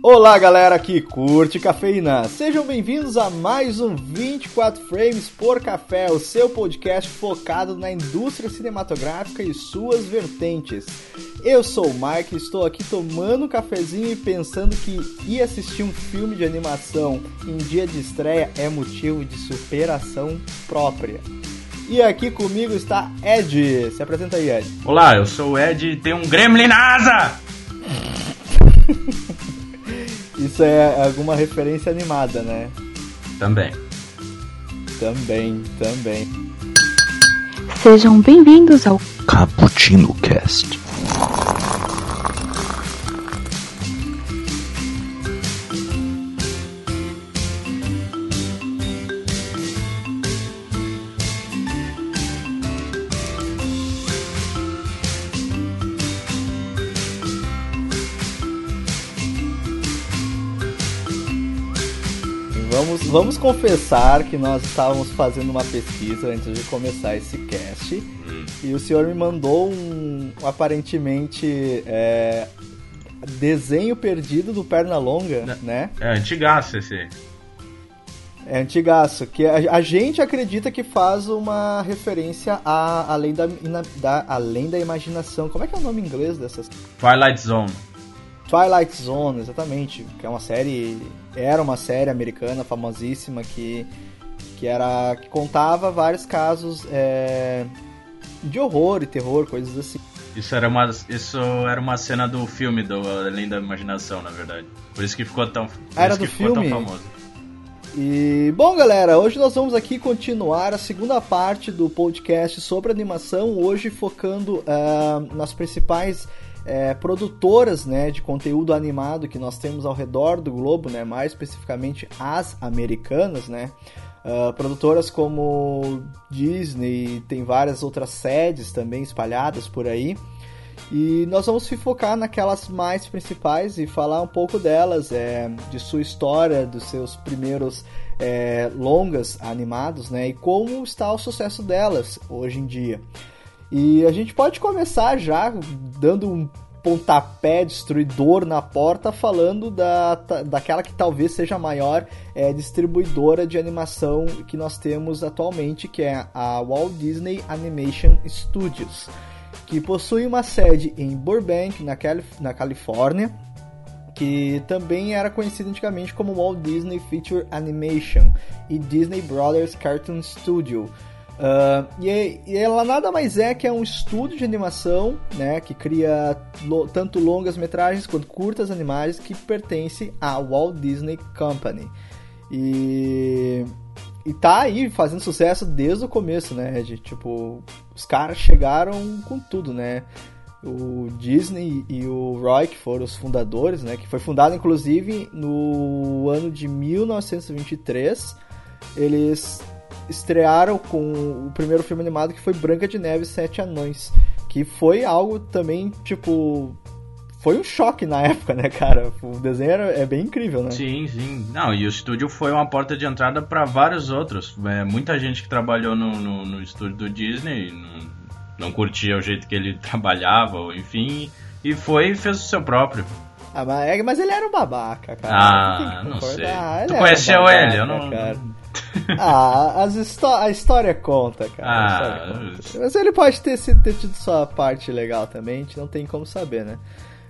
Olá galera que curte cafeína, sejam bem-vindos a mais um 24 Frames por Café, o seu podcast focado na indústria cinematográfica e suas vertentes. Eu sou o Mike, estou aqui tomando um cafezinho e pensando que ir assistir um filme de animação em dia de estreia é motivo de superação própria. E aqui comigo está Ed, se apresenta aí, Ed. Olá, eu sou o Ed e tem um gremlin na asa! Isso é alguma referência animada, né? Também. Sejam bem-vindos ao Cappuccino Cast. Vamos confessar que nós estávamos fazendo uma pesquisa antes de começar esse cast e o senhor me mandou aparentemente desenho perdido do Pernalonga, né? É antigaço esse. É antigaço, que a gente acredita que faz uma referência a Além da Imaginação. Como é que é o nome em inglês dessas? Twilight Zone. Twilight Zone, exatamente, que é era uma série americana famosíssima que contava vários casos de horror e terror, coisas assim. Isso era uma cena do filme do Além da Imaginação, na verdade. Por isso que ficou tão famoso. E, bom, galera, hoje nós vamos aqui continuar a segunda parte do podcast sobre animação, hoje focando nas principais produtoras, né, de conteúdo animado que nós temos ao redor do globo, né, mais especificamente as americanas, né, produtoras como Disney, tem várias outras sedes também espalhadas por aí, e nós vamos se focar naquelas mais principais e falar um pouco delas, de sua história, dos seus primeiros longas animados, né, e como está o sucesso delas hoje em dia. E a gente pode começar já dando um pontapé destruidor na porta, falando daquela que talvez seja a maior distribuidora de animação que nós temos atualmente, que é a Walt Disney Animation Studios, que possui uma sede em Burbank, na Califórnia, que também era conhecida antigamente como Walt Disney Feature Animation e Disney Brothers Cartoon Studio. E ela nada mais é que um estúdio de animação, né, que cria tanto longas metragens quanto curtas animadas, que pertence à Walt Disney Company e tá aí fazendo sucesso desde o começo, né, tipo, os caras chegaram com tudo, né, o Disney e o Roy, que foram os fundadores, né, que foi fundado inclusive no ano de 1923, eles estrearam com o primeiro filme animado, que foi Branca de Neve e Sete Anões, que foi algo também, tipo, foi um choque na época, né, cara? O desenho é bem incrível, né? Sim. Não, e o estúdio foi uma porta de entrada para vários outros. Muita gente que trabalhou no estúdio do Disney não curtia o jeito que ele trabalhava, enfim, e fez o seu próprio. Mas ele era um babaca, cara. Não sei. Tu conheceu ele? Eu não... Cara. A história conta, cara. Mas ele pode ter tido sua parte legal também, a gente não tem como saber, né?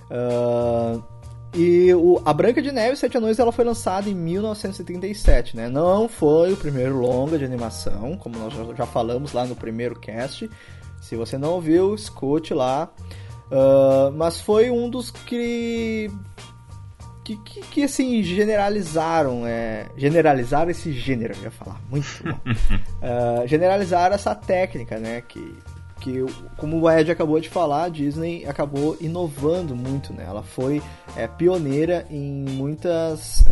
A Branca de Neve e Sete Anões, ela foi lançada em 1937, né? Não foi o primeiro longa de animação, como nós já falamos lá no primeiro cast. Se você não ouviu, escute lá. Mas foi um dos que assim, generalizaram esse gênero, eu ia falar, muito bom. Generalizaram essa técnica, né, que como o Ed acabou de falar, a Disney acabou inovando muito, né, ela foi pioneira em muitas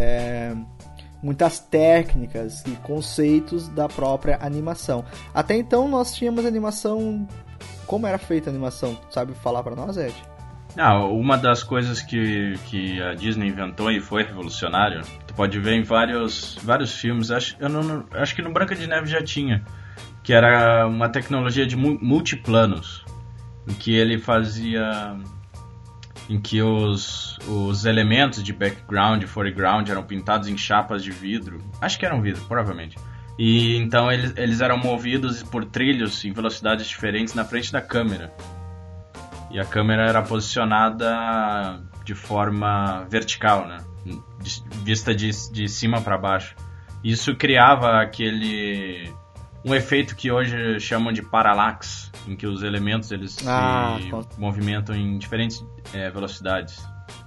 técnicas e conceitos da própria animação. Até então nós tínhamos animação, como era feita a animação, sabe falar pra nós, Ed? Uma das coisas que a Disney inventou e foi revolucionário, tu pode ver em vários filmes, acho que no Branca de Neve já tinha, que era uma tecnologia de multiplanos, em que ele fazia em que os elementos de background e foreground eram pintados em chapas de vidro. Acho que eram vidro, provavelmente. E então eles eram movidos por trilhos em velocidades diferentes na frente da câmera. E a câmera era posicionada de forma vertical, né? Vista de cima para baixo. Isso criava um efeito que hoje chamam de parallax, em que os elementos eles se movimentam em diferentes velocidades.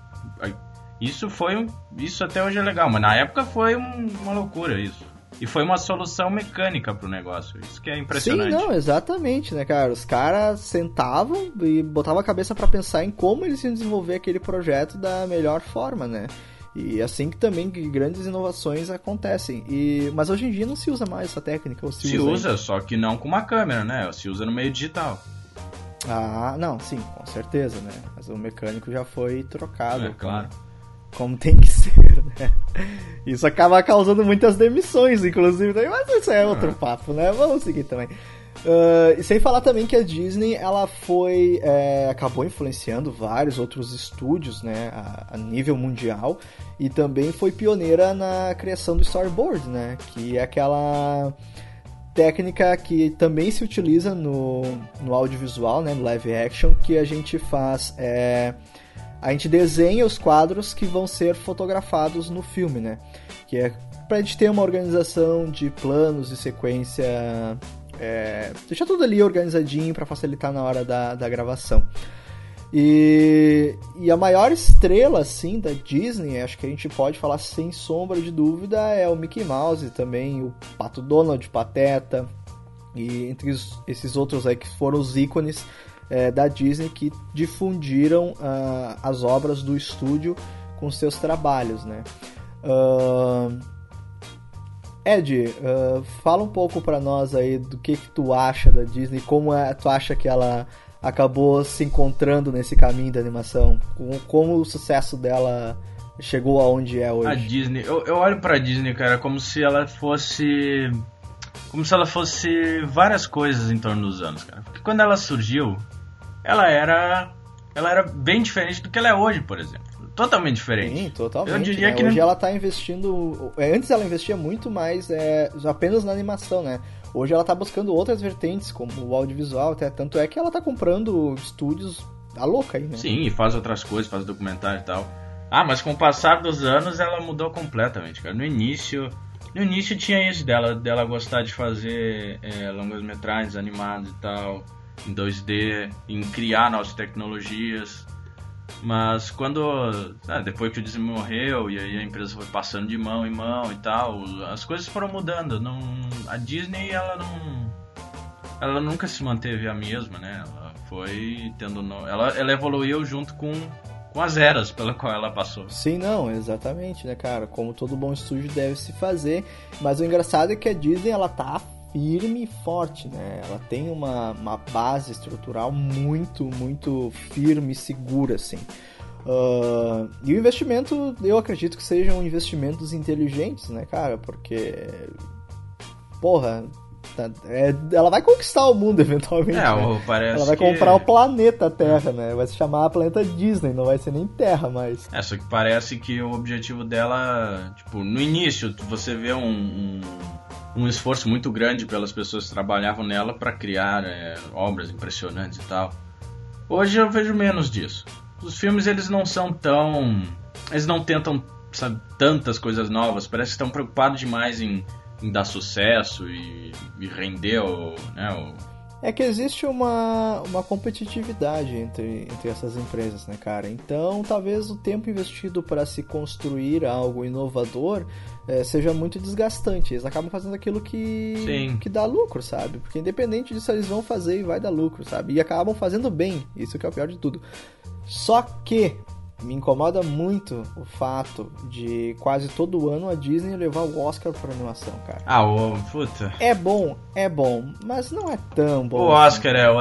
Isso até hoje é legal, mas na época foi uma loucura isso. E foi uma solução mecânica pro negócio. Isso que é impressionante. Sim, não, exatamente, né, cara? Os caras sentavam e botavam a cabeça pra pensar em como eles iam desenvolver aquele projeto da melhor forma, né? E assim que também grandes inovações acontecem. Mas hoje em dia não se usa mais essa técnica. Ou se usa, só que não com uma câmera, né? Se usa no meio digital. Ah, não, sim, com certeza, né? Mas o mecânico já foi trocado. Claro. Como tem que ser, né? Isso acaba causando muitas demissões, inclusive. Mas isso é outro papo, né? Vamos seguir também. Sem falar também que a Disney ela acabou influenciando vários outros estúdios, né, a nível mundial, e também foi pioneira na criação do storyboard, né, que é aquela técnica que também se utiliza no audiovisual, né, no live action, que a gente faz a gente desenha os quadros que vão ser fotografados no filme, né, que é pra gente ter uma organização de planos e sequência. Deixar tudo ali organizadinho para facilitar na hora da gravação. E a maior estrela, assim, da Disney, acho que a gente pode falar sem sombra de dúvida, é o Mickey Mouse, também o Pato Donald, Pateta, e entre esses outros aí que foram os ícones da Disney que difundiram as obras do estúdio com seus trabalhos, né? Ed, fala um pouco pra nós aí do que tu acha da Disney, como tu acha que ela acabou se encontrando nesse caminho da animação, como o sucesso dela chegou aonde é hoje. A Disney, eu olho pra Disney, cara, como se ela fosse várias coisas em torno dos anos, cara, porque quando ela surgiu, ela era bem diferente do que ela é hoje, por exemplo. Totalmente diferente. Sim, totalmente. Eu diria que hoje ela tá investindo. Antes ela investia muito mais apenas na animação, né? Hoje ela tá buscando outras vertentes, como o audiovisual, até tanto é que ela tá comprando estúdios a louca aí, né? Sim, e faz outras coisas, faz documentário e tal. Mas com o passar dos anos ela mudou completamente, cara. No início tinha isso dela gostar de fazer longas-metragens animados e tal, em 2D, em criar novas tecnologias. Mas depois que o Disney morreu e aí a empresa foi passando de mão em mão e tal, as coisas foram mudando. A Disney ela nunca se manteve a mesma, né? Ela foi tendo ela evoluiu junto com as eras pela qual ela passou. Sim, não, exatamente, né, cara? Como todo bom estúdio deve se fazer. Mas o engraçado é que a Disney ela tá firme e forte, né? Ela tem uma base estrutural muito, muito firme e segura, assim. E o investimento, eu acredito que sejam investimentos inteligentes, né, cara? Porque, porra, ela vai conquistar o mundo eventualmente, né? Parece ela vai comprar o planeta Terra, né? Vai se chamar Planeta Disney, não vai ser nem Terra mais. Só que parece que o objetivo dela, tipo, no início, você vê um esforço muito grande pelas pessoas que trabalhavam nela para criar obras impressionantes e tal. Hoje eu vejo menos disso. Os filmes eles não tentam, sabe, tantas coisas novas. Parece que estão preocupados demais em dar sucesso e render É que existe uma competitividade entre essas empresas, né, cara? Então, talvez o tempo investido para se construir algo inovador seja muito desgastante. Eles acabam fazendo aquilo que dá lucro, sabe? Porque independente disso, eles vão fazer e vai dar lucro, sabe? E acabam fazendo bem. Isso que é o pior de tudo. Só que me incomoda muito o fato de quase todo ano a Disney levar o Oscar por animação, cara. Puta. É bom, mas não é tão bom. O Oscar é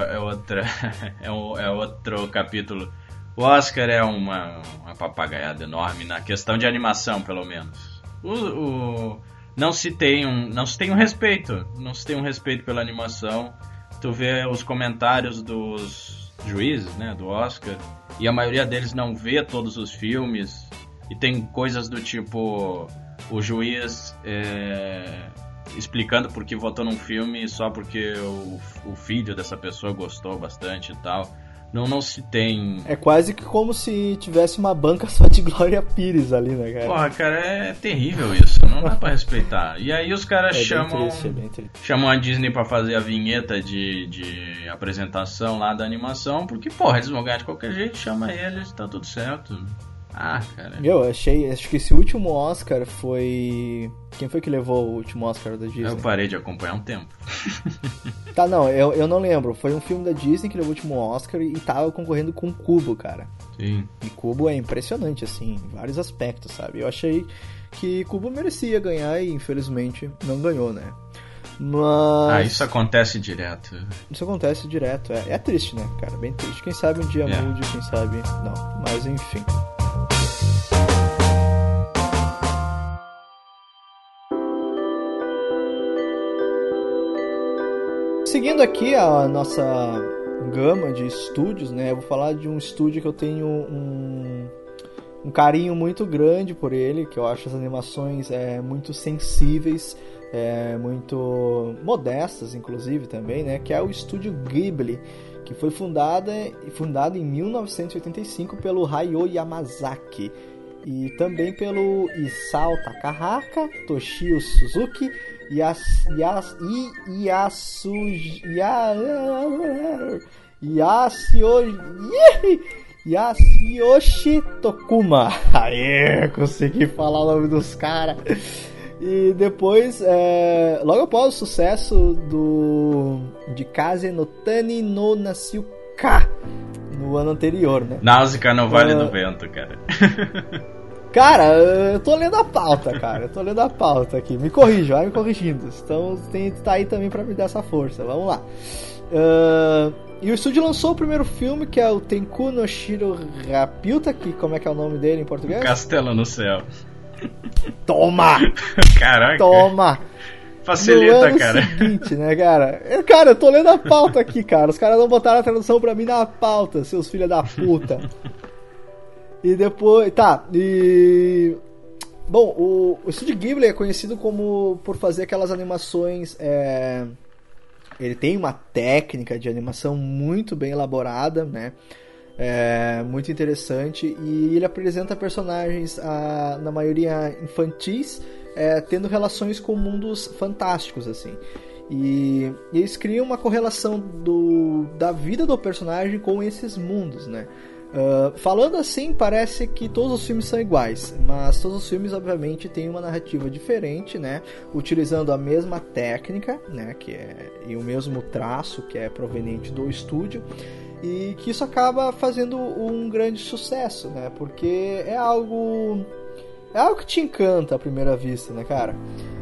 outro capítulo. O Oscar é uma papagaiada enorme na questão de animação, pelo menos. Não se tem um respeito pela animação. Tu vê os comentários dos juízes, né, do Oscar. e a maioria deles não vê todos os filmes, e tem coisas do tipo o juiz explicando por que votou num filme só porque o filho dessa pessoa gostou bastante e tal. Não se tem... É quase que como se tivesse uma banca só de Glória Pires ali, né, cara? Porra, cara, é terrível isso. Não dá pra respeitar. E aí os caras chamam a Disney pra fazer a vinheta de apresentação lá da animação, porque, porra, eles vão ganhar de qualquer jeito, chama eles, tá tudo certo. Ah, cara. Acho que esse último Oscar foi... Quem foi que levou o último Oscar da Disney? Eu parei de acompanhar um tempo. Tá, não, eu não lembro. Foi um filme da Disney que levou o último Oscar e tava concorrendo com Kubo, cara. Sim. E Kubo é impressionante, assim, em vários aspectos, sabe? Eu achei que Kubo merecia ganhar e, infelizmente, não ganhou, né? Mas... isso acontece direto. Isso acontece direto. É triste, né, cara? Bem triste. Quem sabe um dia mude, quem sabe não. Mas, enfim... Seguindo aqui a nossa gama de estúdios, né? Eu vou falar de um estúdio que eu tenho um carinho muito grande por ele, que eu acho as animações muito sensíveis, muito modestas, inclusive, também, né? Que é o estúdio Ghibli, que foi fundado em 1985 pelo Hayao Yamazaki e também pelo Isao Takahata, Toshio Suzuki, Yasuyoshi Tokuma. Aê, consegui falar o nome dos caras. E depois, logo após o sucesso de Kaze no Tani no Nasiuka no ano anterior, né? Náusea no Vale do Vento, cara. Cara, eu tô lendo a pauta, cara. Eu tô lendo a pauta aqui. Me corrija, vai me corrigindo. Então tá aí também pra me dar essa força. Vamos lá. E o estúdio lançou o primeiro filme, que é o Tenku no Shiro Rapyuta, que como é que é o nome dele em português? Castelo no Céu. Toma! Caraca! Toma! Facilita, no ano cara. Seguinte, né, cara? Cara, eu tô lendo a pauta aqui, cara. Os caras não botaram a tradução pra mim na pauta, seus filhos da puta. E depois... Tá, e... Bom, o Estúdio Ghibli é conhecido por fazer aquelas animações... Ele tem uma técnica de animação muito bem elaborada, né? Muito interessante. E ele apresenta personagens, na maioria infantis, tendo relações com mundos fantásticos, assim. E eles criam uma correlação da vida do personagem com esses mundos, né? Falando assim, parece que todos os filmes são iguais, mas todos os filmes obviamente têm uma narrativa diferente, né? Utilizando a mesma técnica, né? E o mesmo traço que é proveniente do estúdio, e que isso acaba fazendo um grande sucesso, né? Porque é algo que te encanta à primeira vista, né, cara?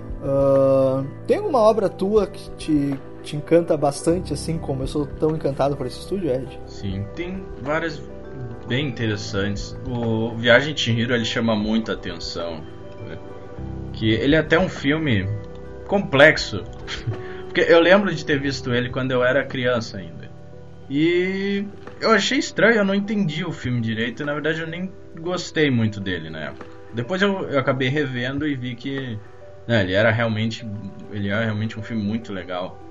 Tem alguma obra tua que te encanta bastante, assim como eu sou tão encantado por esse estúdio, Ed? Sim, tem várias bem interessantes. O Viagem de Chihiro, ele chama muita atenção, né? Que ele é até um filme complexo. Porque eu lembro de ter visto ele quando eu era criança ainda. E eu achei estranho, eu não entendi o filme direito. E na verdade eu nem gostei muito dele na época. Depois eu acabei revendo e vi que ele era realmente um filme muito legal.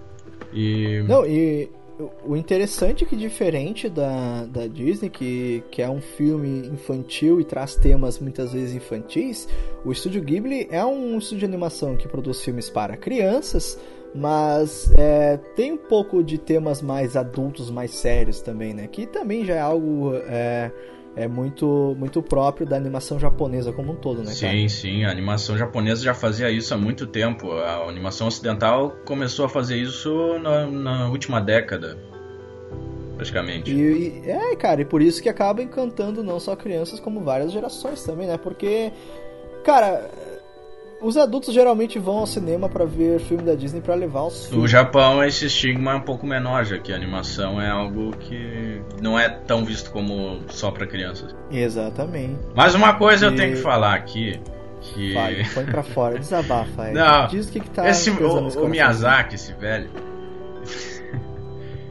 E o interessante é que, diferente da Disney, que é um filme infantil e traz temas muitas vezes infantis, o Estúdio Ghibli é um estúdio de animação que produz filmes para crianças, mas tem um pouco de temas mais adultos, mais sérios também, né? Que também já é algo muito, muito próprio da animação japonesa como um todo, né, cara? Sim, a animação japonesa já fazia isso há muito tempo. A animação ocidental começou a fazer isso na última década, praticamente. Cara, e por isso que acaba encantando não só crianças, como várias gerações também, né? Porque, cara, os adultos geralmente vão ao cinema pra ver filme da Disney pra levar os filmes. No Japão esse estigma é um pouco menor, já que a animação é algo que não é tão visto como só pra crianças. Exatamente. Mas uma coisa eu tenho que falar aqui, que... Vai, põe pra fora, desabafa. Não, diz o que tá... o Miyazaki, esse velho,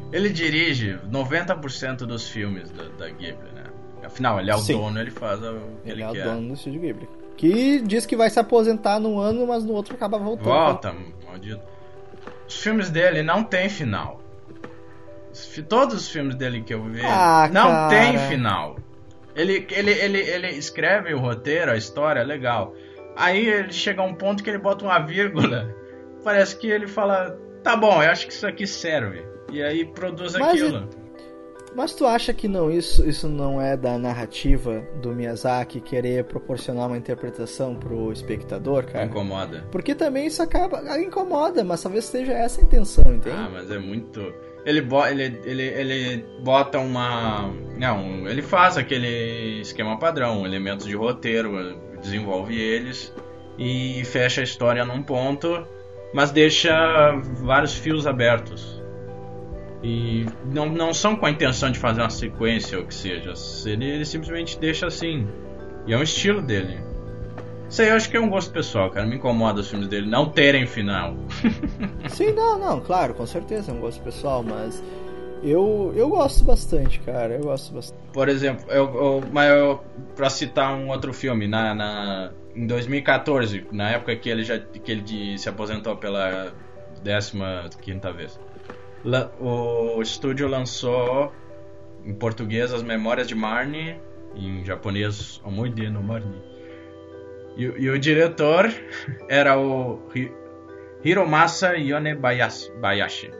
Ele dirige 90% dos filmes da Ghibli, né? Afinal, ele é o dono, ele faz o que ele quer. Ele é o dono do Estúdio Ghibli. Que diz que vai se aposentar num ano, mas no outro acaba voltando. Volta, maldito. Os filmes dele não tem final. Todos os filmes dele que eu vi não tem final. Ele escreve o roteiro, a história, legal. Aí ele chega a um ponto que ele bota uma vírgula. Parece que ele fala, tá bom, eu acho que isso aqui serve. E aí produz aquilo. Mas tu acha que não, isso não é da narrativa do Miyazaki querer proporcionar uma interpretação pro espectador, cara? Incomoda. Porque também isso incomoda, mas talvez seja essa a intenção, entende? Ah, mas é muito... Ele bota uma... Não, ele faz aquele esquema padrão, elementos de roteiro, desenvolve eles e fecha a história num ponto, mas deixa vários fios abertos. E não são com a intenção de fazer uma sequência ou o que seja. Ele simplesmente deixa assim. E é um estilo dele. Isso aí eu acho que é um gosto pessoal, cara. Me incomoda os filmes dele não terem final. Sim, não, claro, com certeza é um gosto pessoal, mas eu gosto bastante, cara. Eu gosto bastante. Por exemplo, pra citar um outro filme, em 2014, na época que ele se aposentou pela 15ª vez. O estúdio lançou em português As Memórias de Marnie, em japonês Omoide no Marnie. E o diretor era o Hiromasa Yonebayashi.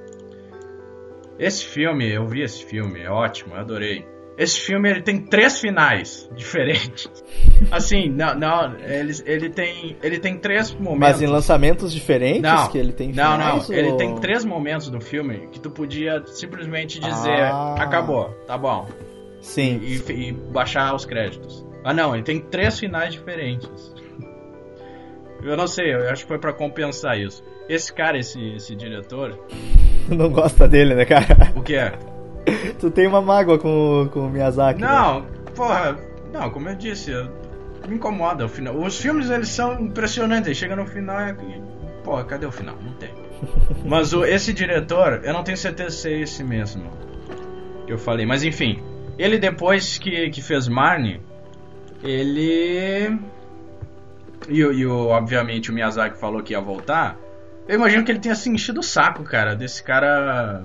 Eu vi esse filme, é ótimo, eu adorei. Esse filme ele tem 3 finais diferentes. Assim, ele tem 3 momentos. Mas em lançamentos diferentes não, que ele tem finais? Não, ele tem 3 momentos do filme que tu podia simplesmente dizer, acabou, tá bom. Sim. E baixar os créditos. Não, ele tem 3 finais diferentes. Eu não sei, eu acho que foi pra compensar isso. Esse cara, esse diretor... Não gosta dele, né, cara? O que é? Tu tem uma mágoa com o Miyazaki. Não, né? porra, não, como eu disse, me incomoda o final. Os filmes, eles são impressionantes, ele chega no final e... Porra, cadê o final? Não tem. Mas esse diretor, eu não tenho certeza se é esse mesmo que eu falei, mas enfim, ele depois que fez Marnie, ele... obviamente o Miyazaki falou que ia voltar. Eu imagino que ele tenha se enchido o saco, cara, desse cara...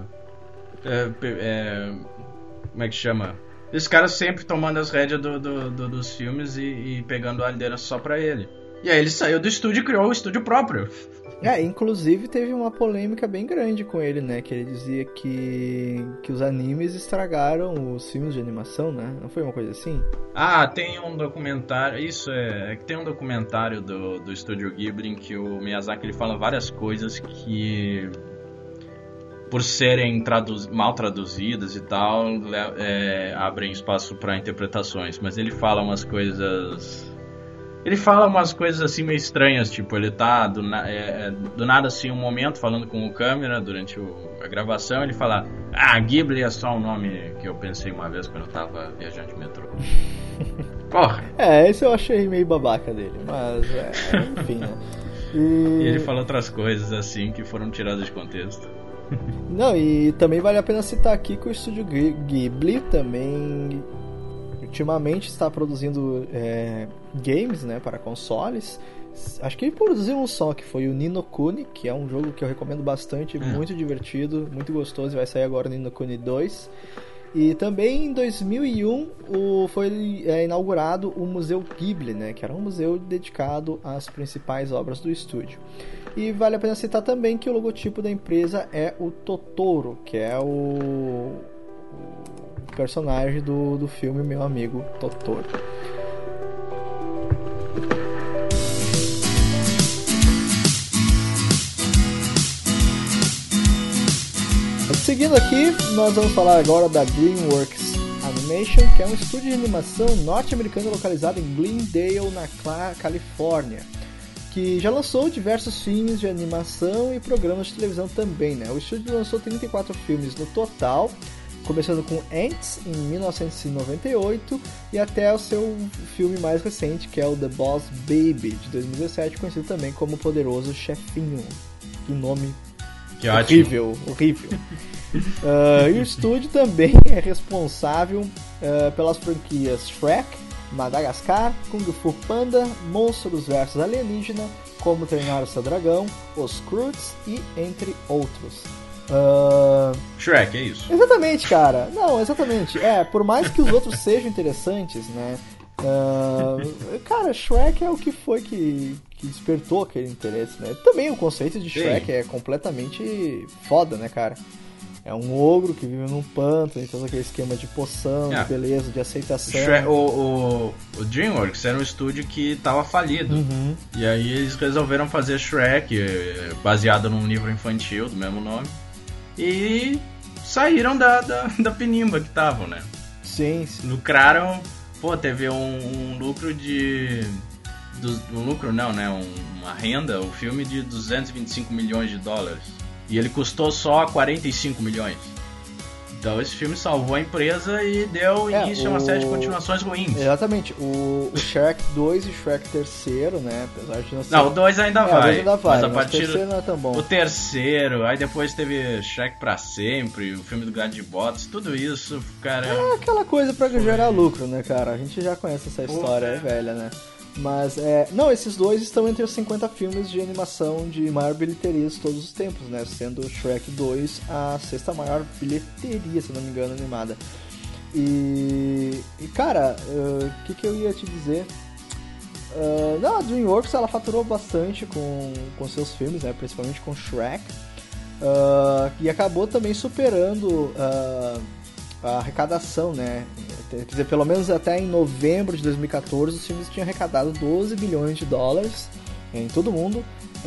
como é que chama? Esse cara sempre tomando as rédeas dos filmes e pegando a liderança só pra ele. E aí ele saiu do estúdio e criou o estúdio próprio. Inclusive teve uma polêmica bem grande com ele, né? Que ele dizia que os animes estragaram os filmes de animação, né? Não foi uma coisa assim? Tem um documentário... Isso é que tem um documentário do estúdio Ghibli em que o Miyazaki ele fala várias coisas que... por serem mal traduzidas e tal, abrem espaço para interpretações. Mas ele fala umas coisas... Ele fala umas coisas assim meio estranhas, tipo, ele tá do nada assim, um momento falando com o câmera durante a gravação, ele fala, Ghibli é só um nome que eu pensei uma vez quando eu tava viajando de metrô. Porra! Esse eu achei meio babaca dele, mas enfim, né? E ele fala outras coisas assim que foram tiradas de contexto. Não, e também vale a pena citar aqui que o estúdio Ghibli também ultimamente está produzindo games, né, para consoles. Acho que ele produziu um só, que foi o Ni no Kuni, que é um jogo que eu recomendo bastante, muito divertido, muito gostoso, e vai sair agora o Ni no Kuni 2. E também em 2001 foi inaugurado o Museu Ghibli, né, que era um museu dedicado às principais obras do estúdio. E vale a pena citar também que o logotipo da empresa é o Totoro, que é o personagem do filme Meu Amigo Totoro. Seguindo aqui, nós vamos falar agora da DreamWorks Animation, que é um estúdio de animação norte-americano localizado em Glendale, na Califórnia, que já lançou diversos filmes de animação e programas de televisão também, né? O estúdio lançou 34 filmes no total, começando com Ants em 1998 e até o seu filme mais recente, que é o The Boss Baby, de 2017, conhecido também como Poderoso Chefinho. Que nome horrível. E o estúdio também é responsável pelas franquias Shrek, Madagascar, Kung Fu Panda, Monstros vs Alienígena, Como Treinar o Seu Dragão, Os Croods e entre outros. Shrek, é isso. Exatamente, cara. Não, exatamente. Por mais que os outros sejam interessantes, né? Cara, Shrek é o que foi que despertou aquele interesse, né? Também o conceito de Shrek é completamente foda, né, cara? É um ogro que vive num pântano, tem todo aquele esquema de poção, de beleza, de aceitação. O DreamWorks era um estúdio que tava falido. Uhum. E aí eles resolveram fazer Shrek, baseado num livro infantil do mesmo nome. E saíram da penimba que estavam, né? Sim. Lucraram, teve um lucro de... Um lucro não, né? Uma renda, o filme de 225 milhões de dólares. E ele custou só 45 milhões. Então esse filme salvou a empresa e deu início a uma série de continuações ruins. Exatamente. O Shrek 2 e o Shrek 3, né? Apesar de não ser... Não, o 2 ainda vai. O 2 ainda vai, mas a partir o terceiro não é tão bom. O terceiro, aí depois teve Shrek pra Sempre, o filme do Gato de Botas, tudo isso, cara... É aquela coisa pra gerar lucro, né, cara? A gente já conhece essa história, é velha, né? Mas, não, esses dois estão entre os 50 filmes de animação de maior bilheteria de todos os tempos, né? Sendo Shrek 2 a sexta maior bilheteria, se não me engano, animada. E cara, o que eu ia te dizer? Não, a DreamWorks, ela faturou bastante com seus filmes, né? Principalmente com Shrek. E acabou também superando a arrecadação, né? Quer dizer, pelo menos até em novembro de 2014 os filmes tinham arrecadado 12 bilhões de dólares em todo o mundo,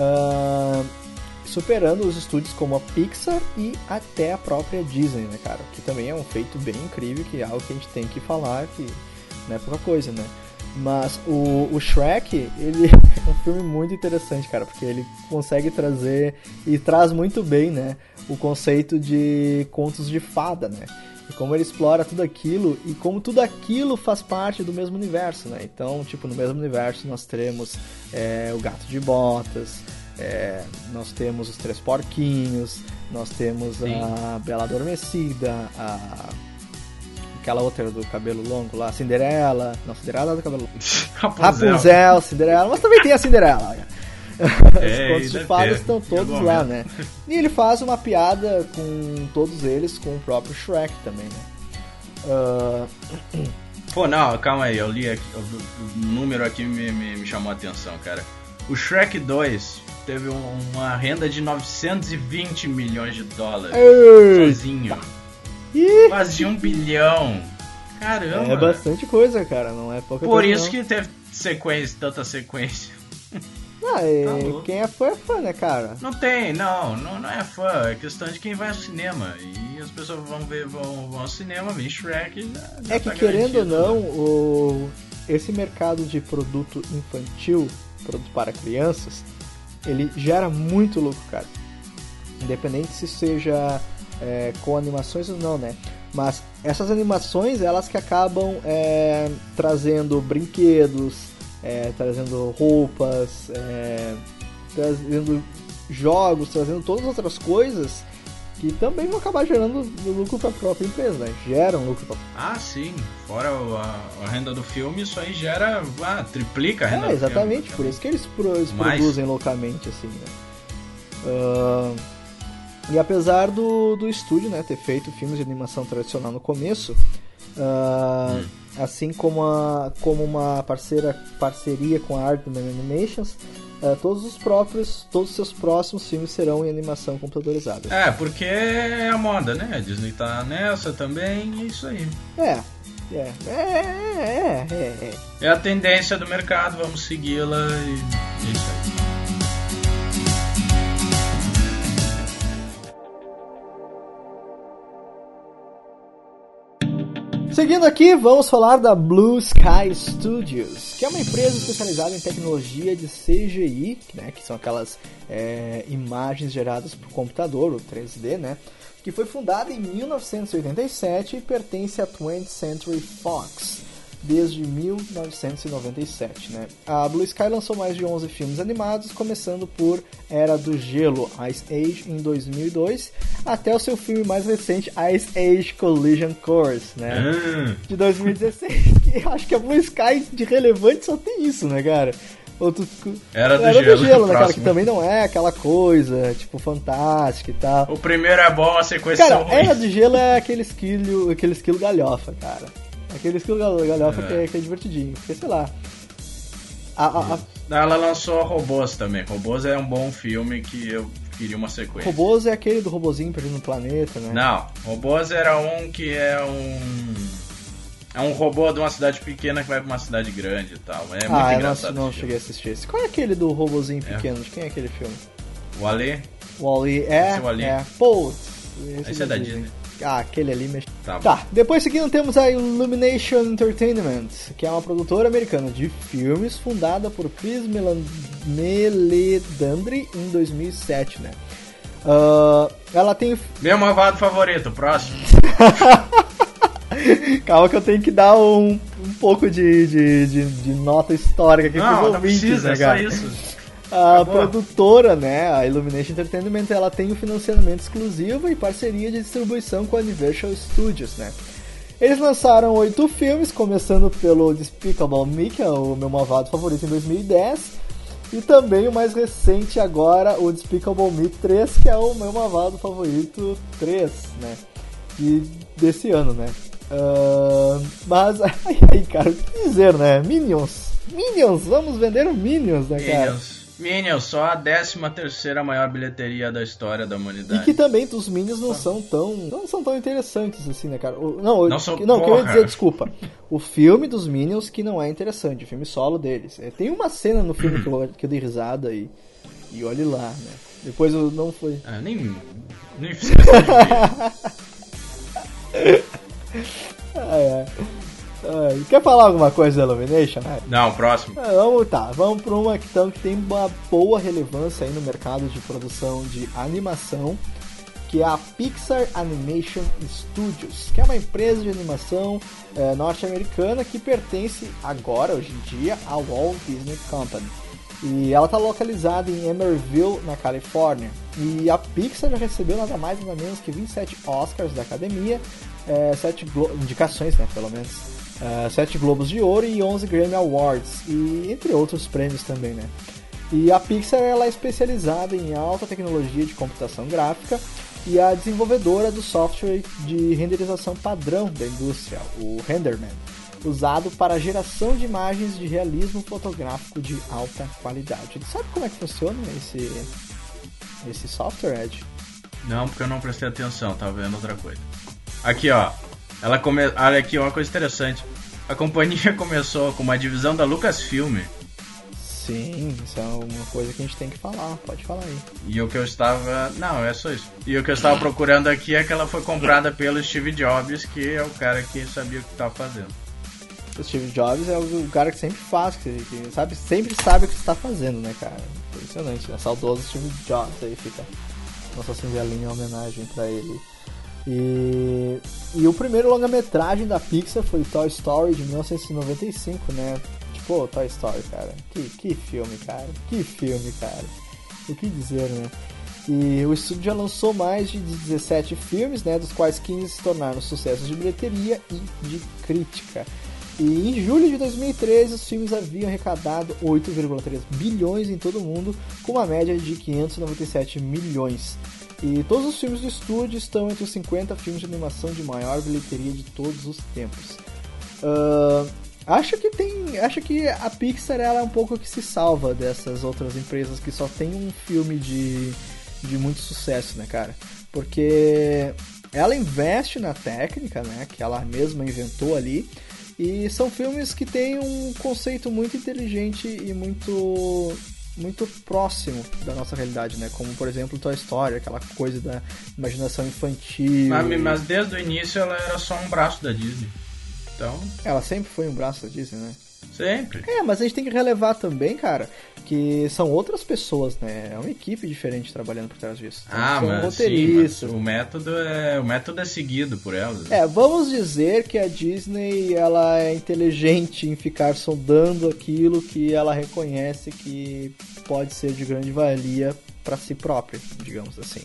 superando os estúdios como a Pixar e até a própria Disney, né, cara? Que também é um feito bem incrível, que é algo que a gente tem que falar, que não é pouca coisa, né? Mas o Shrek, ele é um filme muito interessante, cara, porque ele consegue trazer e traz muito bem, né, o conceito de contos de fada, né? E como ele explora tudo aquilo e como tudo aquilo faz parte do mesmo universo, né? Então, tipo, no mesmo universo nós temos o Gato de Botas, nós temos os Três Porquinhos, nós temos a Bela Adormecida, aquela outra do cabelo longo lá, Cinderela. Não, Cinderela do cabelo longo. Rapunzel, Cinderela, mas também tem a Cinderela. Os contos de fadas estão todos lá, né? E ele faz uma piada com todos eles, com o próprio Shrek também, né? Não, calma aí, eu li aqui, o número aqui me chamou a atenção, cara. O Shrek 2 teve uma renda de 920 milhões de dólares sozinho. Quase 1 bilhão. Caramba! É bastante coisa, cara, não é pouca coisa. Por isso não. Que teve tanta sequência. Quem é fã, né, cara? Não tem, não é fã, é questão de quem vai ao cinema. E as pessoas vão ao cinema, ver Shrek. Já que querendo ou não, esse mercado de produto infantil, produto para crianças, ele gera muito lucro, cara. Independente se seja com animações ou não, né? Mas essas animações, elas que acabam trazendo brinquedos, trazendo roupas, trazendo jogos, trazendo todas as outras coisas que também vão acabar gerando lucro para a própria empresa, né? Geram lucro pra... sim. Fora a renda do filme, isso aí gera... triplica a renda do exatamente, filme. Por isso que eles produzem loucamente, assim, né? E apesar do estúdio, né, ter feito filmes de animação tradicional no começo, assim como uma parceria com a Aardman Animations, todos os seus próximos filmes serão em animação computadorizada. Porque é a moda, né? A Disney tá nessa também, e é isso aí. É a tendência do mercado, vamos segui-la e é isso aí. Seguindo aqui, vamos falar da Blue Sky Studios, que é uma empresa especializada em tecnologia de CGI, né, que são aquelas imagens geradas por computador, o 3D, né, que foi fundada em 1987 e pertence à 20th Century Fox. desde 1997, né? A Blue Sky lançou mais de 11 filmes animados, começando por Era do Gelo, Ice Age, em 2002, até o seu filme mais recente, Ice Age Collision Course, né? De 2016, que eu acho que a Blue Sky de relevante só tem isso, né, cara? Era do Gelo, né, cara? Que também não é aquela coisa, tipo, fantástica e tal. O primeiro é bom, a sequência cara, ruim. Era do Gelo é aquele esquilo galhofa, cara. Aquele esquilo galhofa que é divertidinho. Porque, sei lá. Ela lançou Robôs também. Robôs é um bom filme que eu queria uma sequência. Robôs é aquele do robozinho perdido no planeta, né? Não, Robôs era um que é um robô de uma cidade pequena que vai pra uma cidade grande e tal. É muito engraçado. Eu não cheguei a assistir esse. Qual é aquele do robozinho pequeno? De quem é aquele filme? O Wall-E? O Wall-E é. Putz. Esse é da Disney. Aquele ali mexe. Tá, depois seguindo temos a Illumination Entertainment, que é uma produtora americana de filmes fundada por Chris Meledandri em 2007, né? Ela tem... Meu malvado favorito, próximo. Calma que eu tenho que dar um pouco de nota histórica aqui pros ouvintes, precisa, né, cara? É só isso. A produtora, né, a Illumination Entertainment, ela tem um financiamento exclusivo e parceria de distribuição com a Universal Studios, né? Eles lançaram 8 filmes, começando pelo Despicable Me, que é o meu malvado favorito, em 2010, e também o mais recente agora, o Despicable Me 3, que é o meu malvado favorito 3, né? Desse ano, né? Mas, aí, cara, o que dizer, né? Minions, vamos vender Minions, né, cara? Minions, só a 13ª maior bilheteria da história da humanidade. E que também os Minions não são tão interessantes assim, né, cara? Que eu ia dizer, desculpa. O filme dos Minions que não é interessante, o filme solo deles. Tem uma cena no filme que eu dei risada e olhe lá, né? Depois eu não foi. Nem fiz questão de ver. Quer falar alguma coisa da Illumination? Não, próximo. Vamos para uma então, que tem uma boa relevância aí no mercado de produção de animação, que é a Pixar Animation Studios, que é uma empresa de animação norte-americana que pertence agora, hoje em dia, à Walt Disney Company. E ela está localizada em Emeryville, na Califórnia. E a Pixar já recebeu nada mais nada menos que 27 Oscars da Academia, 7 indicações, né, pelo menos, 7 Globos de Ouro e 11 Grammy Awards, e entre outros prêmios também, né. E a Pixar ela é especializada em alta tecnologia de computação gráfica e a desenvolvedora do software de renderização padrão da indústria, o RenderMan, usado para a geração de imagens de realismo fotográfico de alta qualidade. Sabe como é que funciona esse software, Ed? Não, porque eu não prestei atenção, tava vendo outra coisa. Aqui, ó. Olha aqui, uma coisa interessante. A companhia começou com uma divisão da Lucasfilm. Sim, isso é uma coisa que a gente tem que falar, pode falar aí. E o que eu estava... Não, é só isso. E o que eu estava procurando aqui é que ela foi comprada pelo Steve Jobs, que é o cara que sabia o que estava fazendo. O Steve Jobs é o cara que sempre faz, que sempre sabe o que está fazendo, né, cara? Impressionante, né? Saudoso Steve Jobs, aí fica nossa singelinha homenagem pra ele. E o primeiro longa-metragem da Pixar foi Toy Story, de 1995, né? Tipo, Toy Story, cara. Que filme, cara. Que filme, cara. O que dizer, né? E o estúdio já lançou mais de 17 filmes, né? Dos quais 15 se tornaram sucessos de bilheteria e de crítica. E em julho de 2013, os filmes haviam arrecadado 8,3 bilhões em todo o mundo, com uma média de 597 milhões. E todos os filmes do estúdio estão entre os 50 filmes de animação de maior bilheteria de todos os tempos. Acho que a Pixar ela é um pouco que se salva dessas outras empresas que só tem um filme de muito sucesso, né, cara? Porque ela investe na técnica, né, que ela mesma inventou ali, e são filmes que têm um conceito muito inteligente e muito próximo da nossa realidade, né? Como, por exemplo, Toy Story, aquela coisa da imaginação infantil. Mas desde o início ela era só um braço da Disney. Então... Ela sempre foi um braço da Disney, né? Sempre. Mas a gente tem que relevar também, cara, que são outras pessoas, né? É uma equipe diferente trabalhando por trás disso. Então, são mas roteiristas. sim, mas o método é seguido por elas. Vamos dizer que a Disney ela é inteligente em ficar sondando aquilo que ela reconhece que pode ser de grande valia para si própria, digamos assim.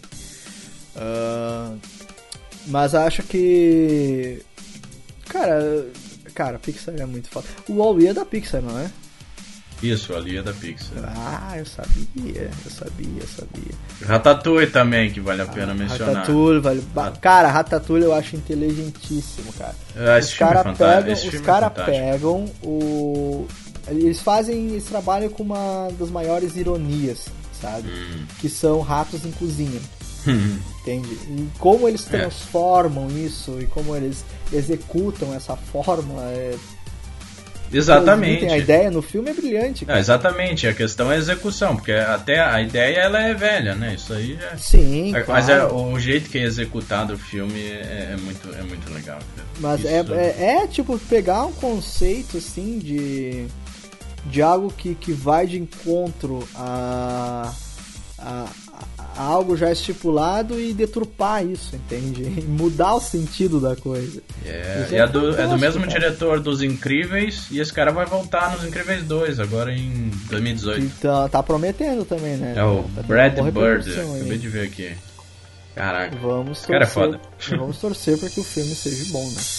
Mas acho que... Cara, a Pixar é muito foda. O Wall-E é da Pixar, não é? Isso, ali é da Pixar. Eu sabia. Ratatouille também, que vale a pena mencionar. Ratatouille, cara, Ratatouille eu acho inteligentíssimo, cara. Os caras pegam o... Eles trabalham com uma das maiores ironias, sabe? Que são ratos em cozinha. Entende? E como eles transformam isso e como eles executam essa fórmula Exatamente. A ideia no filme é brilhante, cara. Exatamente, a questão é a execução, porque até a ideia ela é velha, né? Isso aí já... Sim, mas claro. o jeito que é executado o filme é muito legal. Cara. Mas tipo pegar um conceito assim de algo que vai de encontro a algo já estipulado e deturpar isso, entende? E mudar o sentido da coisa. É do mesmo diretor dos Incríveis, e esse cara vai voltar nos Incríveis 2 agora em 2018. Então, tá prometendo também, né? É o Brad Bird, aí. acabei de ver aqui. Caraca, esse cara é foda. Vamos torcer para que o filme seja bom, né?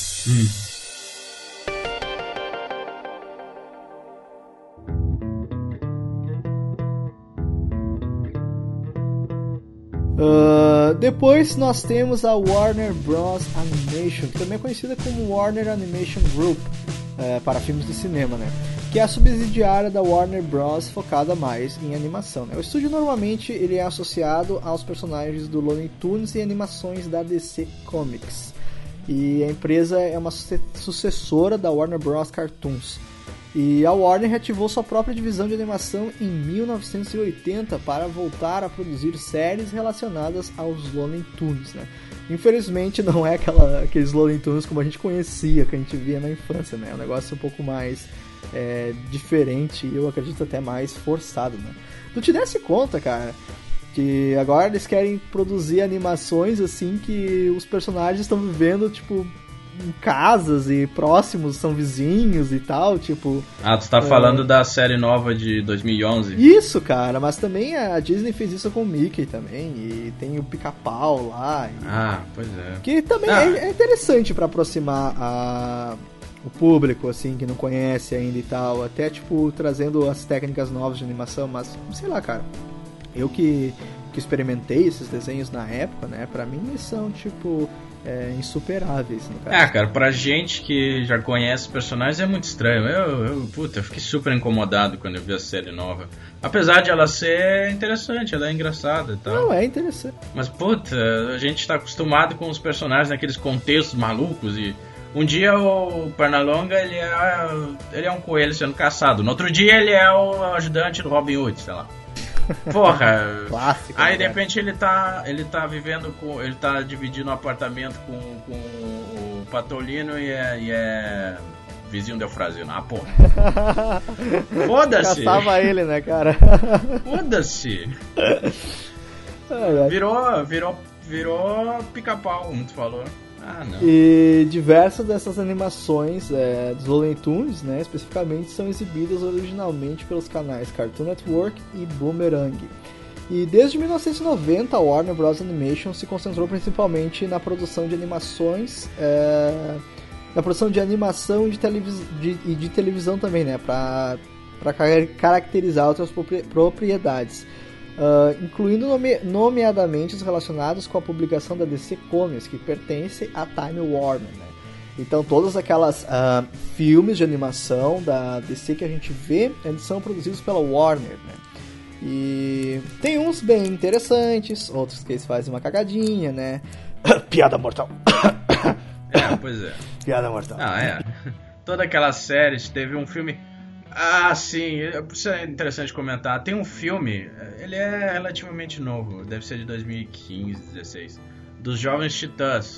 Depois nós temos a Warner Bros. Animation, que também é conhecida como Warner Animation Group, para filmes de cinema, né? Que é a subsidiária da Warner Bros. Focada mais em animação, né? O estúdio normalmente ele é associado aos personagens do Looney Tunes e animações da DC Comics. E a empresa é uma sucessora da Warner Bros. Cartoons. E a Warner reativou sua própria divisão de animação em 1980 para voltar a produzir séries relacionadas aos Looney Tunes, né? Infelizmente não é aqueles Looney Tunes como a gente conhecia, que a gente via na infância, né? É um negócio um pouco mais diferente e eu acredito até mais forçado, né? Tu te desse conta, cara, que agora eles querem produzir animações assim que os personagens estão vivendo, tipo... em casas e próximos, são vizinhos e tal, tipo... tu tá falando da série nova de 2011? Isso, cara, mas também a Disney fez isso com o Mickey também, e tem o Pica-Pau lá. Pois é. Que também é interessante pra aproximar o público, assim, que não conhece ainda e tal, até, tipo, trazendo as técnicas novas de animação, mas, sei lá, cara, eu que experimentei esses desenhos na época, né, pra mim eles são, tipo... insuperáveis, no caso. Cara, pra gente que já conhece os personagens é muito estranho. Eu fiquei super incomodado quando eu vi a série nova. Apesar de ela ser interessante, ela é engraçada e tal. Não, é interessante. Mas, a gente tá acostumado com os personagens naqueles contextos malucos e... Um dia o Pernalonga, ele é um coelho sendo caçado. No outro dia ele é o ajudante do Robin Hood, sei lá. Porra. Clássico. Aí de repente ele tá vivendo com... Ele tá dividindo um apartamento com o Patolino e é vizinho do Eufrazino. Porra. Foda-se. Caçava ele, né, cara? Foda-se. Virou Pica-Pau, como tu falou. Não. E diversas dessas animações dos Looney Tunes, né, especificamente, são exibidas originalmente pelos canais Cartoon Network e Boomerang. E desde 1990 a Warner Bros. Animation se concentrou principalmente na produção de animações, na produção de animação e de televisão também, né, para caracterizar outras propriedades. Incluindo nomeadamente os relacionados com a publicação da DC Comics, que pertence à Time Warner, né? Então todas aquelas filmes de animação da DC que a gente vê, eles são produzidos pela Warner, né? E tem uns bem interessantes, outros que eles fazem uma cagadinha, né? Piada mortal. Pois é. Piada mortal. Toda aquela série, teve um filme... sim, isso é interessante comentar. Tem um filme, ele é relativamente novo, deve ser de 2015, 2016, dos Jovens Titãs,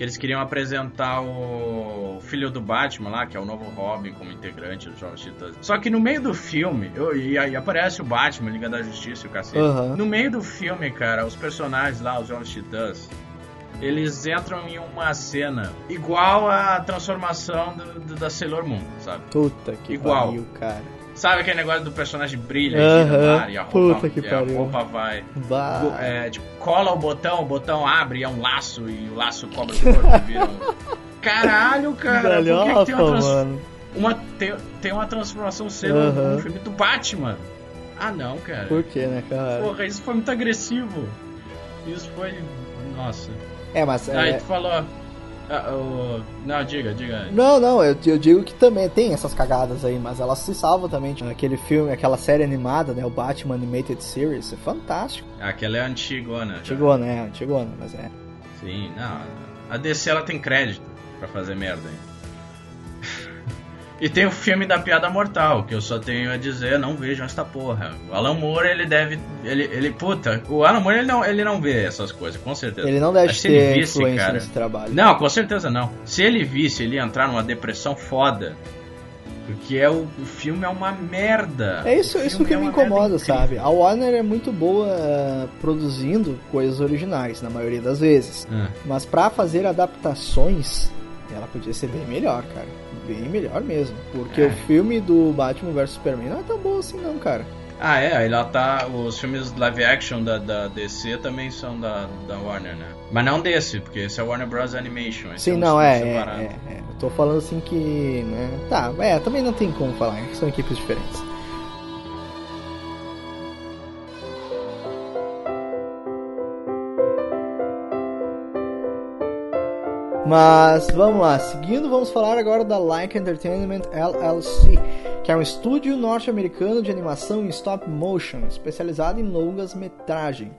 que eles queriam apresentar o filho do Batman lá, que é o novo Robin, como integrante dos Jovens Titãs. Só que no meio do filme, e aí aparece o Batman, Liga da Justiça e o cacete. No meio do filme, cara, os personagens lá, os Jovens Titãs, eles entram em uma cena igual a transformação da Sailor Moon, sabe? Puta que pariu, cara. Sabe aquele negócio do personagem brilha no ar e a roupa vai... tipo, cola o botão abre e é um laço e o laço cobre o corpo e vira Caralho, cara! Por que tem uma transformação Sailor Moon no filme do Batman? Ah, não, cara. Por que, né, cara? Porra, isso foi muito agressivo. Isso foi... Nossa... mas... Aí tu falou... Não, diga. Não, eu digo que também tem essas cagadas aí, mas elas se salvam também. Aquele filme, aquela série animada, né? O Batman Animated Series, é fantástico. Aquela é antigona. Antigona, mas é. Sim, não. A DC, ela tem crédito pra fazer merda, hein? E tem o filme da Piada Mortal, que eu só tenho a dizer, não vejam esta porra. O Alan Moore, o Alan Moore, ele não vê essas coisas, com certeza. Ele não deve ter influência nesse trabalho. Não, com certeza não. Se ele visse, ele ia entrar numa depressão foda. Porque o filme é uma merda. É isso que me incomoda, sabe? A Warner é muito boa produzindo coisas originais, na maioria das vezes. Mas pra fazer adaptações, ela podia ser bem melhor, cara. Bem melhor mesmo. Porque o filme do Batman vs Superman não é tão bom assim não, cara. Ela tá... Os filmes live action da DC também são da Warner, né? Mas não desse, porque esse é Warner Bros. Animation. Sim, não, Eu tô falando assim que... né? Tá, também não tem como falar, são equipes diferentes. Mas vamos lá, seguindo, vamos falar agora da Laika Entertainment LLC, que é um estúdio norte-americano de animação em stop motion, especializado em longas-metragens.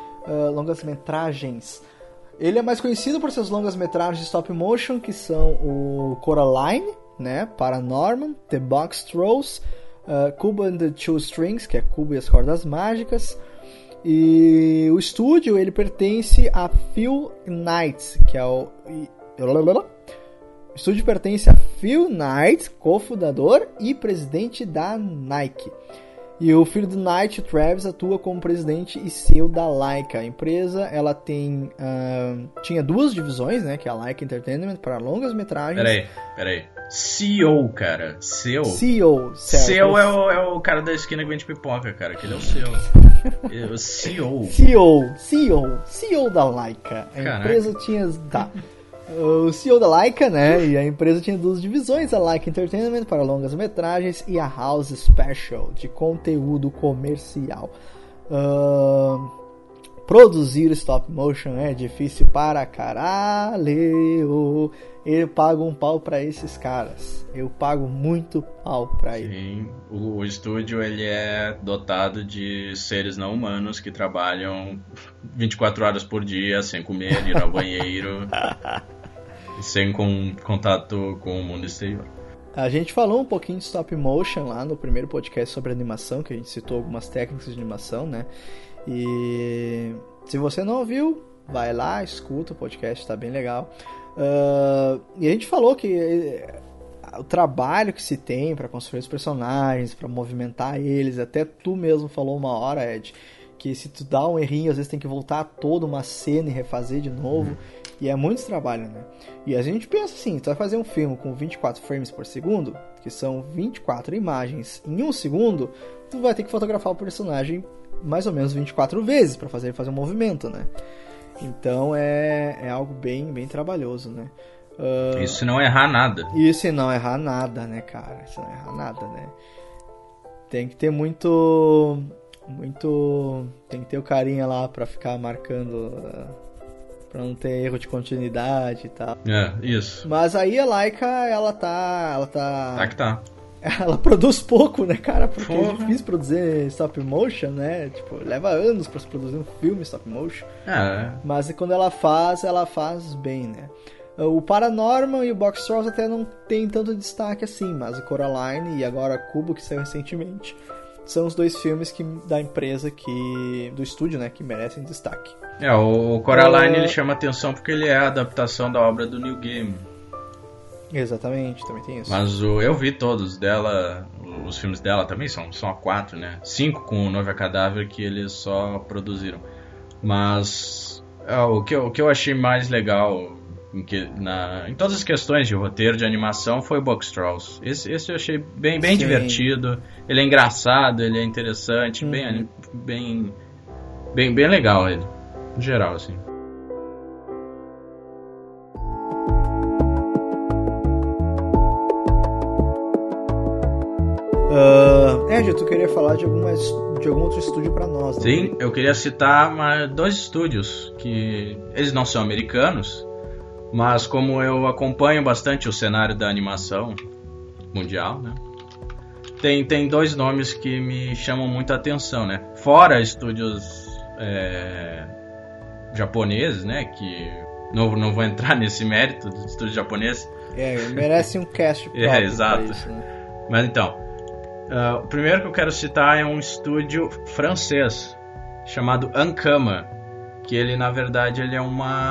Ele é mais conhecido por seus longas-metragens de stop motion, que são o Coraline, né, Paranorman, The Box Trolls, Kubo and the Two Strings, que é Kubo e as Cordas Mágicas. E o estúdio, ele pertence a Phil Knight, que é o estúdio pertence a Phil Knight, cofundador e presidente da Nike. E o filho do Knight, Travis, atua como presidente e CEO da Laika. A empresa, ela tinha duas divisões, né, que é a Laika Entertainment para longas metragens. Peraí. CEO, cara. CEO. CEO, certo. CEO é o cara da esquina que vende pipoca, cara. Aquele é o CEO. O CEO da Laika. A empresa tinha... O CEO da Laika, né? E a empresa tinha duas divisões, a Laika Entertainment para longas metragens e a House Special de conteúdo comercial. Produzir stop motion é difícil para caralho. Eu pago um pau para esses caras. Eu pago muito pau para eles. Sim, o estúdio, ele é dotado de seres não humanos que trabalham 24 horas por dia, sem comer, ir ao banheiro, sem contato com o mundo exterior. A gente falou um pouquinho de stop motion lá no primeiro podcast sobre animação, que a gente citou algumas técnicas de animação, né? E se você não ouviu, vai lá, escuta o podcast, tá bem legal. E a gente falou que o trabalho que se tem para construir os personagens, para movimentar eles, até tu mesmo falou uma hora, Ed, que se tu dá um errinho, às vezes tem que voltar toda uma cena e refazer de novo, e é muito trabalho, né? E a gente pensa assim, tu vai fazer um filme com 24 frames por segundo, que são 24 imagens em um segundo, tu vai ter que fotografar o personagem mais ou menos 24 vezes para fazer um movimento, né? Então é algo bem trabalhoso, né? Isso se não errar nada. Isso se não errar nada, né, cara? Isso não errar nada, né? Tem que ter tem que ter o carinha lá pra ficar marcando, pra não ter erro de continuidade e tal. Isso. Mas aí a Laika, ela tá... Tá que tá. Ela produz pouco, né, cara? Porque é difícil produzir stop motion, né? Tipo, leva anos pra se produzir um filme stop motion. Mas quando ela faz bem, né? O Paranorman e o Box Trolls até não tem tanto destaque assim, mas o Coraline e agora Kubo, que saiu recentemente, são os 2 filmes da empresa do estúdio, né, que merecem destaque. O Coraline ele chama atenção porque ele é a adaptação da obra do Neil Gaiman. Exatamente, também tem isso. Mas eu vi todos dela, os filmes dela também são 4, né? 5 com o Noiva Cadáver que eles só produziram. Mas o que eu achei mais legal em todas as questões de roteiro, de animação, foi o Buck-Strauss. Esse eu achei bem divertido. Ele é engraçado, ele é interessante, bem legal ele, no geral, assim. Ed, tu queria falar de algum outro estúdio pra nós, né? Sim, eu queria citar 2 estúdios que eles não são americanos, mas como eu acompanho bastante o cenário da animação mundial, né? Tem 2 nomes que me chamam muito a atenção, né? Fora estúdios japoneses, né? Que não vou entrar nesse mérito dos estúdios japoneses. Merece um cast próprio. Exato. Pra isso, né? Mas então, o primeiro que eu quero citar é um estúdio francês chamado Ankama, que ele na verdade ele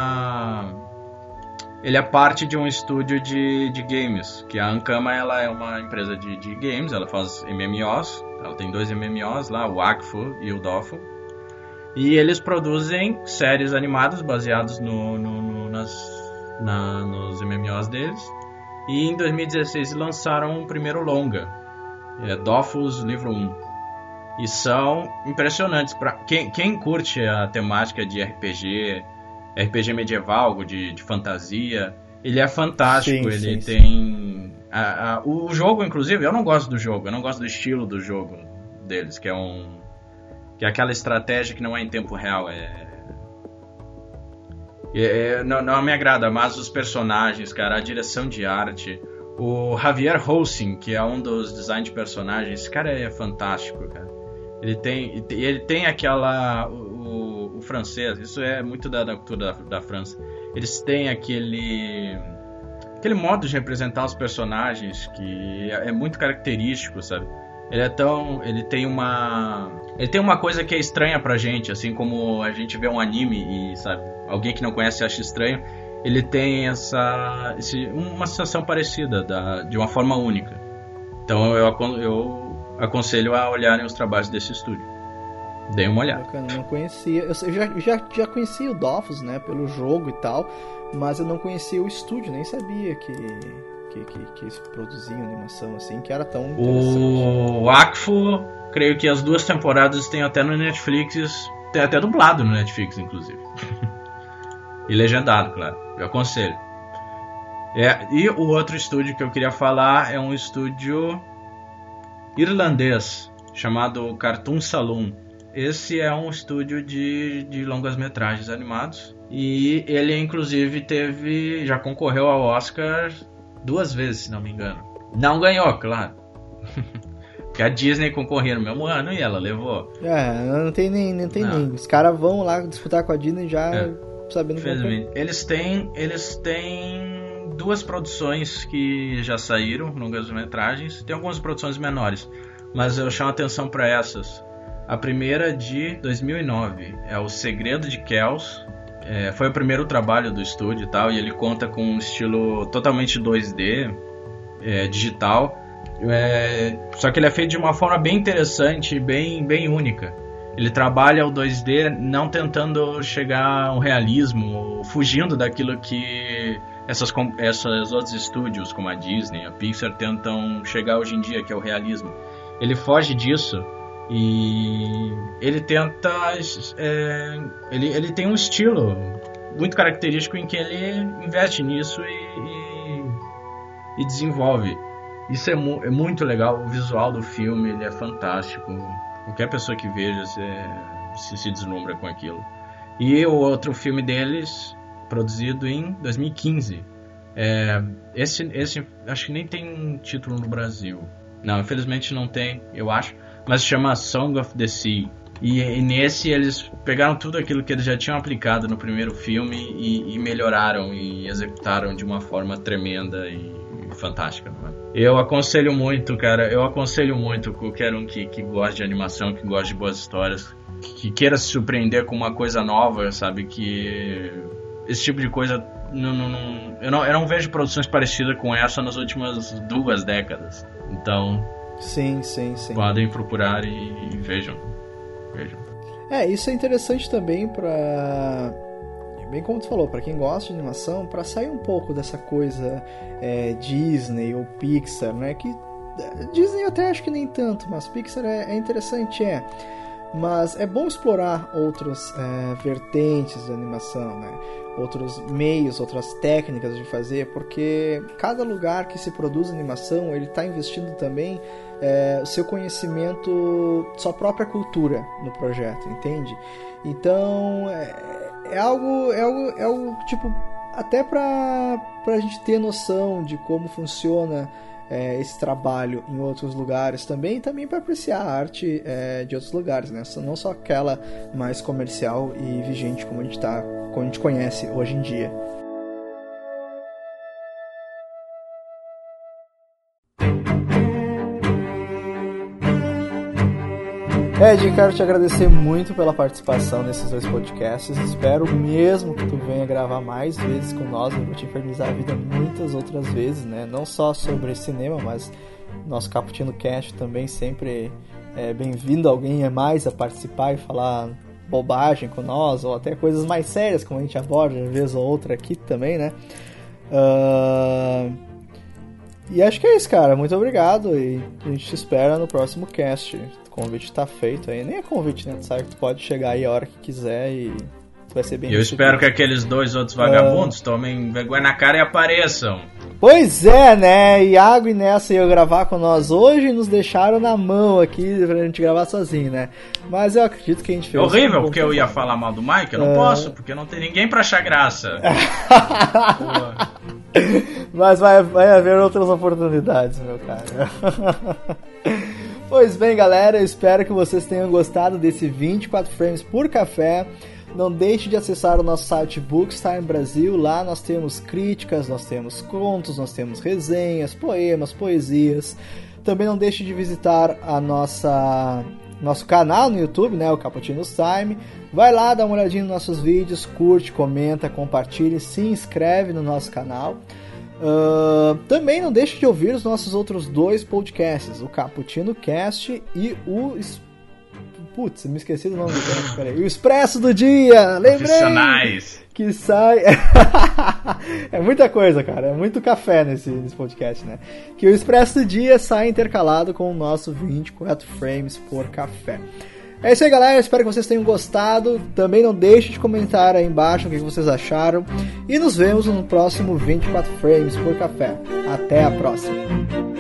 é parte de um estúdio de games, que a Ankama ela é uma empresa de games, ela faz MMOs, ela tem 2 MMOs lá, o Akfu e o Dofus, e eles produzem séries animadas baseadas nos MMOs deles, e em 2016 lançaram o primeiro longa, Dofus Livro 1. E são impressionantes. Para quem curte a temática de RPG medieval, de fantasia, ele é fantástico. Ele tem... o jogo, inclusive, eu não gosto do jogo, eu não gosto do estilo do jogo deles, que é aquela estratégia que não é em tempo real. Não me agrada, mas os personagens, cara, a direção de arte... O Javier Hosing, que é um dos design de personagens, esse cara é fantástico, cara. Ele tem aquela... O francês, isso é muito da cultura da França. Eles têm aquele modo de representar os personagens que é muito característico, sabe? Ele tem uma coisa que é estranha pra gente, assim como a gente vê um anime e, sabe, alguém que não conhece acha estranho. Ele tem uma sensação parecida, de uma forma única. Então eu aconselho a olharem os trabalhos desse estúdio. Deem uma olhada. Bacana, não conhecia. Eu já conhecia o Dofus, né, pelo jogo e tal, mas eu não conhecia o estúdio, nem sabia que eles produziam animação assim, que era tão interessante. O Akfu, creio que as 2 temporadas tem até no Netflix, tem até dublado no Netflix, inclusive. E legendado, claro. Eu aconselho. E o outro estúdio que eu queria falar é um estúdio irlandês chamado Cartoon Saloon. Esse é um estúdio de longas-metragens animados. E ele, inclusive, já concorreu ao Oscar 2 vezes, se não me engano. Não ganhou, claro. Porque a Disney concorreu no mesmo ano e ela levou. Não tem nem. Os caras vão lá disputar com a Disney já... sabendo que eles têm 2 produções que já saíram, longas-metragens. Tem algumas produções menores, mas eu chamo a atenção para essas. A primeira de 2009 é O Segredo de Kells. Foi o primeiro trabalho do estúdio e tal, e ele conta com um estilo totalmente 2D, digital. Só que ele é feito de uma forma bem interessante, bem única. Ele trabalha o 2D não tentando chegar ao realismo, fugindo daquilo que esses outros estúdios, como a Disney, a Pixar, tentam chegar hoje em dia, que é o realismo. Ele foge disso e ele tenta... Ele tem um estilo muito característico em que ele investe nisso e desenvolve. Isso é muito legal, o visual do filme ele é fantástico. Qualquer pessoa que veja se deslumbra com aquilo. E o outro filme deles, produzido em 2015. Esse acho que nem tem título no Brasil. Não, infelizmente não tem, eu acho. Mas se chama Song of the Sea. E nesse eles pegaram tudo aquilo que eles já tinham aplicado no primeiro filme e melhoraram e executaram de uma forma tremenda e fantástica. Né? Eu aconselho muito, cara, qualquer um que gosta de animação, que gosta de boas histórias, que queira se surpreender com uma coisa nova, sabe, que esse tipo de coisa, eu não vejo produções parecidas com essa nas últimas 2 décadas. Então, sim. podem procurar e vejam. Isso é interessante também pra... Bem como tu falou, pra quem gosta de animação, pra sair um pouco dessa coisa Disney ou Pixar, né? Que Disney eu até acho que nem tanto, mas Pixar é interessante, mas é bom explorar outras vertentes de animação, né? Outros meios, outras técnicas de fazer, porque cada lugar que se produz animação, ele está investindo também o seu conhecimento, sua própria cultura no projeto, entende? Então é algo tipo, até para a gente ter noção de como funciona esse trabalho em outros lugares também para apreciar a arte de outros lugares, né? Não só aquela mais comercial e vigente como a gente conhece hoje em dia. Ed, quero te agradecer muito pela participação nesses 2 podcasts. Espero mesmo que tu venha gravar mais vezes com nós. Eu vou te infernizar a vida muitas outras vezes, né? Não só sobre cinema, mas nosso Cappuccino Cast também sempre é bem-vindo alguém a mais a participar e falar bobagem com nós, ou até coisas mais sérias, como a gente aborda de vez ou outra aqui também, né? E acho que é isso, cara. Muito obrigado e a gente te espera no próximo cast. O convite tá feito aí. Nem é convite, né? Tu sabe que tu pode chegar aí a hora que quiser e tu vai ser bem Eu espero que aqueles 2 outros vagabundos tomem vergonha na cara e apareçam. Pois é, né? Iago e Nessa iam gravar com nós hoje e nos deixaram na mão aqui pra gente gravar sozinho, né? Mas eu acredito que a gente fez. Horrível, porque eu ia falar mal do Mike, eu não posso, porque não tem ninguém pra achar graça. Mas vai haver outras oportunidades, meu cara. Pois bem, galera, eu espero que vocês tenham gostado desse 24 frames por café. Não deixe de acessar o nosso site Bookstime Brasil. Lá nós temos críticas, nós temos contos, nós temos resenhas, poemas, poesias. Também não deixe de visitar a nosso canal no YouTube, né, o Cappuccino Time. Vai lá, dá uma olhadinha nos nossos vídeos, curte, comenta, compartilhe, se inscreve no nosso canal. Também não deixe de ouvir os nossos outros 2 podcasts, o Cappuccino Cast e o... Putz, me esqueci do nome do cast, peraí. O Expresso do Dia! Lembrei! Que sai... É muita coisa, cara. É muito café nesse podcast, né? Que o Expresso do Dia sai intercalado com o nosso 24 frames por café. É isso aí, galera. Espero que vocês tenham gostado. Também não deixe de comentar aí embaixo o que vocês acharam. E nos vemos no próximo 24 frames por café. Até a próxima.